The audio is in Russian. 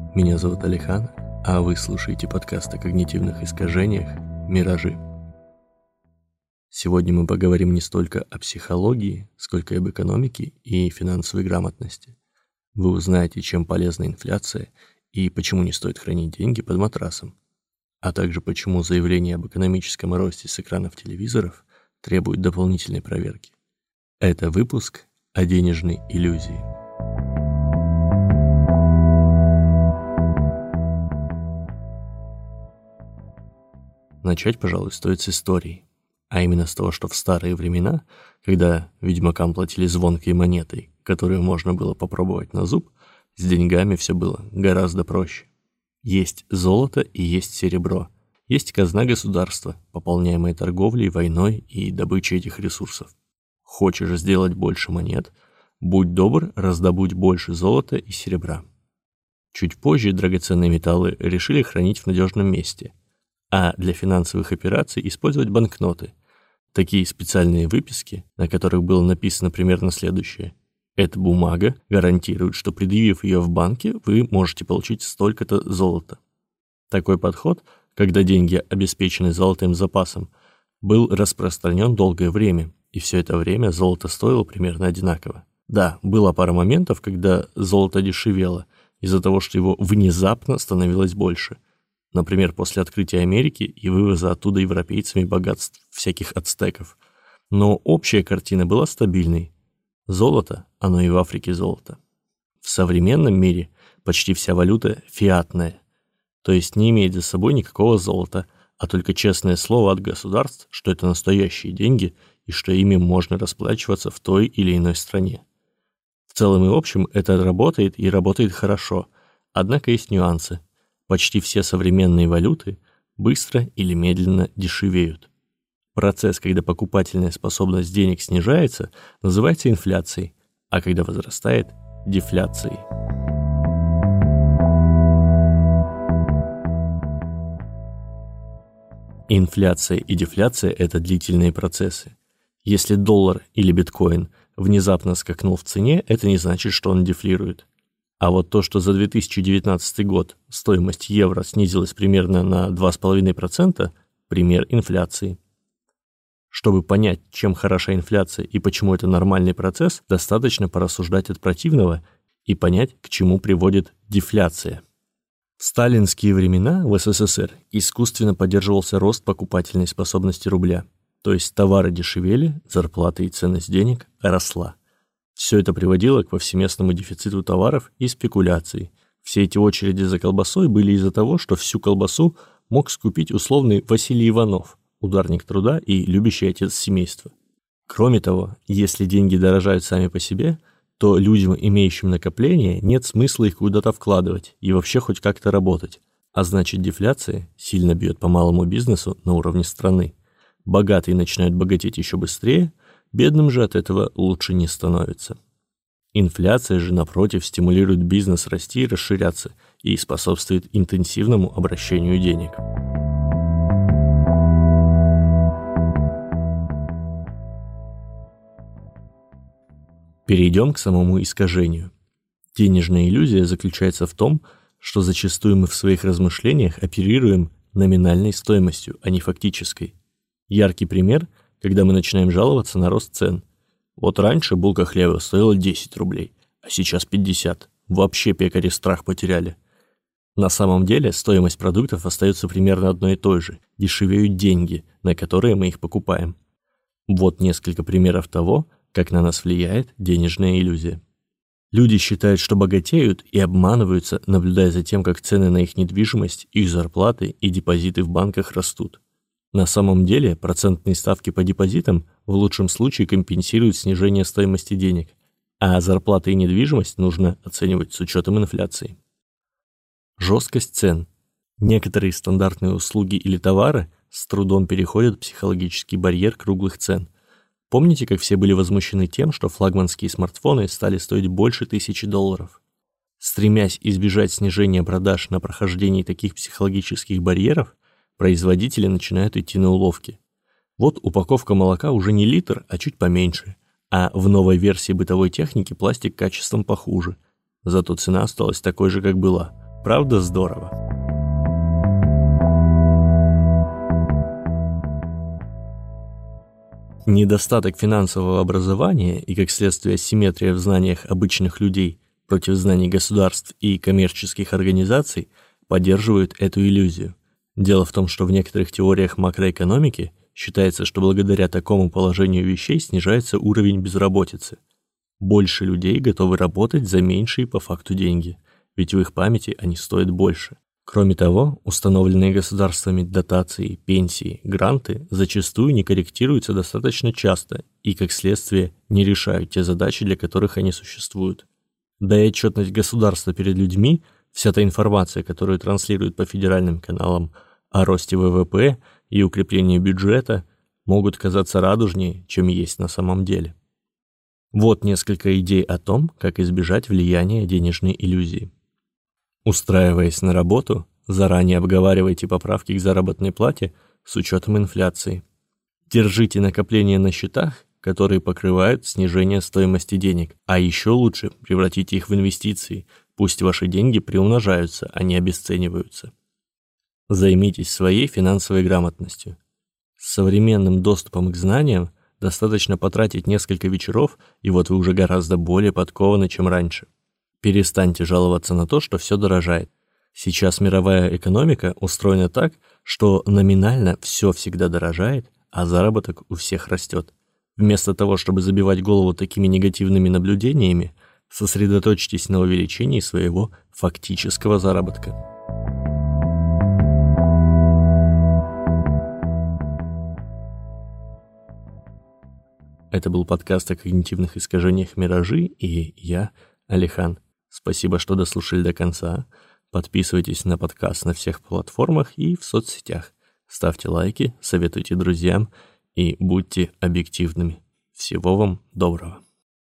Меня зовут Алихан, а вы слушаете подкаст о когнитивных искажениях «Миражи». Сегодня мы поговорим не столько о психологии, сколько об экономике и финансовой грамотности. Вы узнаете, чем полезна инфляция и почему не стоит хранить деньги под матрасом, а также почему заявления об экономическом росте с экранов телевизоров требуют дополнительной проверки. Это выпуск о денежной иллюзии. Начать, пожалуй, стоит с истории, а именно с того, что в старые времена, когда ведьмакам платили звонкой монетой, которую можно было попробовать на зуб, с деньгами все было гораздо проще. Есть золото и есть серебро, есть казна государства, пополняемая торговлей, войной и добычей этих ресурсов. Хочешь сделать больше монет, будь добр, раздобудь больше золота и серебра. Чуть позже драгоценные металлы решили хранить в надежном месте, а для финансовых операций использовать банкноты. Такие специальные выписки, на которых было написано примерно следующее. Эта бумага гарантирует, что предъявив ее в банке, вы можете получить столько-то золота. Такой подход, когда деньги обеспечены золотым запасом, был распространен долгое время, и все это время золото стоило примерно одинаково. Да, была пара моментов, когда золото дешевело из-за того, что его внезапно становилось больше. Например, после открытия Америки и вывоза оттуда европейцами богатств всяких ацтеков. Но общая картина была стабильной. Золото, оно и в Африке золото. В современном мире почти вся валюта фиатная, то есть не имеет за собой никакого золота, а только честное слово от государств, что это настоящие деньги и что ими можно расплачиваться в той или иной стране. В целом и общем это работает и работает хорошо, однако есть нюансы. Почти все современные валюты быстро или медленно дешевеют. Процесс, когда покупательная способность денег снижается, называется инфляцией, а когда возрастает – дефляцией. Инфляция и дефляция – это длительные процессы. Если доллар или биткоин внезапно скакнул в цене, это не значит, что он дефлирует. А вот то, что за 2019 год стоимость евро снизилась примерно на 2,5%, пример инфляции. Чтобы понять, чем хороша инфляция и почему это нормальный процесс, достаточно порассуждать от противного и понять, к чему приводит дефляция. В сталинские времена в СССР искусственно поддерживался рост покупательной способности рубля, то есть товары дешевели, зарплаты и ценность денег росла. Все это приводило к повсеместному дефициту товаров и спекуляций. Все эти очереди за колбасой были из-за того, что всю колбасу мог скупить условный Василий Иванов, ударник труда и любящий отец семейства. Кроме того, если деньги дорожают сами по себе, то людям, имеющим накопления, нет смысла их куда-то вкладывать и вообще хоть как-то работать. А значит, дефляция сильно бьет по малому бизнесу на уровне страны. Богатые начинают богатеть еще быстрее, бедным же от этого лучше не становится. Инфляция же, напротив, стимулирует бизнес расти и расширяться и способствует интенсивному обращению денег. Перейдем к самому искажению. Денежная иллюзия заключается в том, что зачастую мы в своих размышлениях оперируем номинальной стоимостью, а не фактической. Яркий пример – когда мы начинаем жаловаться на рост цен. Вот раньше булка хлеба стоила 10 рублей, а сейчас 50. Вообще пекари страх потеряли. На самом деле стоимость продуктов остается примерно одной и той же. Дешевеют деньги, на которые мы их покупаем. Вот несколько примеров того, как на нас влияет денежная иллюзия. Люди считают, что богатеют и обманываются, наблюдая за тем, как цены на их недвижимость, их зарплаты и депозиты в банках растут. На самом деле процентные ставки по депозитам в лучшем случае компенсируют снижение стоимости денег, а зарплаты и недвижимость нужно оценивать с учетом инфляции. Жесткость цен. Некоторые стандартные услуги или товары с трудом переходят психологический барьер круглых цен. Помните, как все были возмущены тем, что флагманские смартфоны стали стоить больше $1000? Стремясь избежать снижения продаж на прохождении таких психологических барьеров, производители начинают идти на уловки. Вот упаковка молока уже не литр, а чуть поменьше, а в новой версии бытовой техники пластик качеством похуже. Зато цена осталась такой же, как была. Правда, здорово. Недостаток финансового образования и, как следствие, асимметрия в знаниях обычных людей против знаний государств и коммерческих организаций поддерживают эту иллюзию. Дело в том, что в некоторых теориях макроэкономики считается, что благодаря такому положению вещей снижается уровень безработицы. Больше людей готовы работать за меньшие по факту деньги, ведь в их памяти они стоят больше. Кроме того, установленные государствами дотации, пенсии, гранты зачастую не корректируются достаточно часто и, как следствие, не решают те задачи, для которых они существуют. Да и отчетность государства перед людьми, вся та информация, которую транслируют по федеральным каналам о росте ВВП и укреплении бюджета, могут казаться радужнее, чем есть на самом деле. Вот несколько идей о том, как избежать влияния денежной иллюзии. Устраиваясь на работу, заранее обговаривайте поправки к заработной плате с учетом инфляции. Держите накопления на счетах, которые покрывают снижение стоимости денег, а еще лучше превратите их в инвестиции, пусть ваши деньги приумножаются, а не обесцениваются. Займитесь своей финансовой грамотностью. С современным доступом к знаниям достаточно потратить несколько вечеров, и вот вы уже гораздо более подкованы, чем раньше. Перестаньте жаловаться на то, что все дорожает. Сейчас мировая экономика устроена так, что номинально все всегда дорожает, а заработок у всех растет. Вместо того, чтобы забивать голову такими негативными наблюдениями, сосредоточьтесь на увеличении своего фактического заработка. Это был подкаст о когнитивных искажениях «Миражи», и я, Алихан. Спасибо, что дослушали до конца. Подписывайтесь на подкаст на всех платформах и в соцсетях. Ставьте лайки, советуйте друзьям и будьте объективными. Всего вам доброго.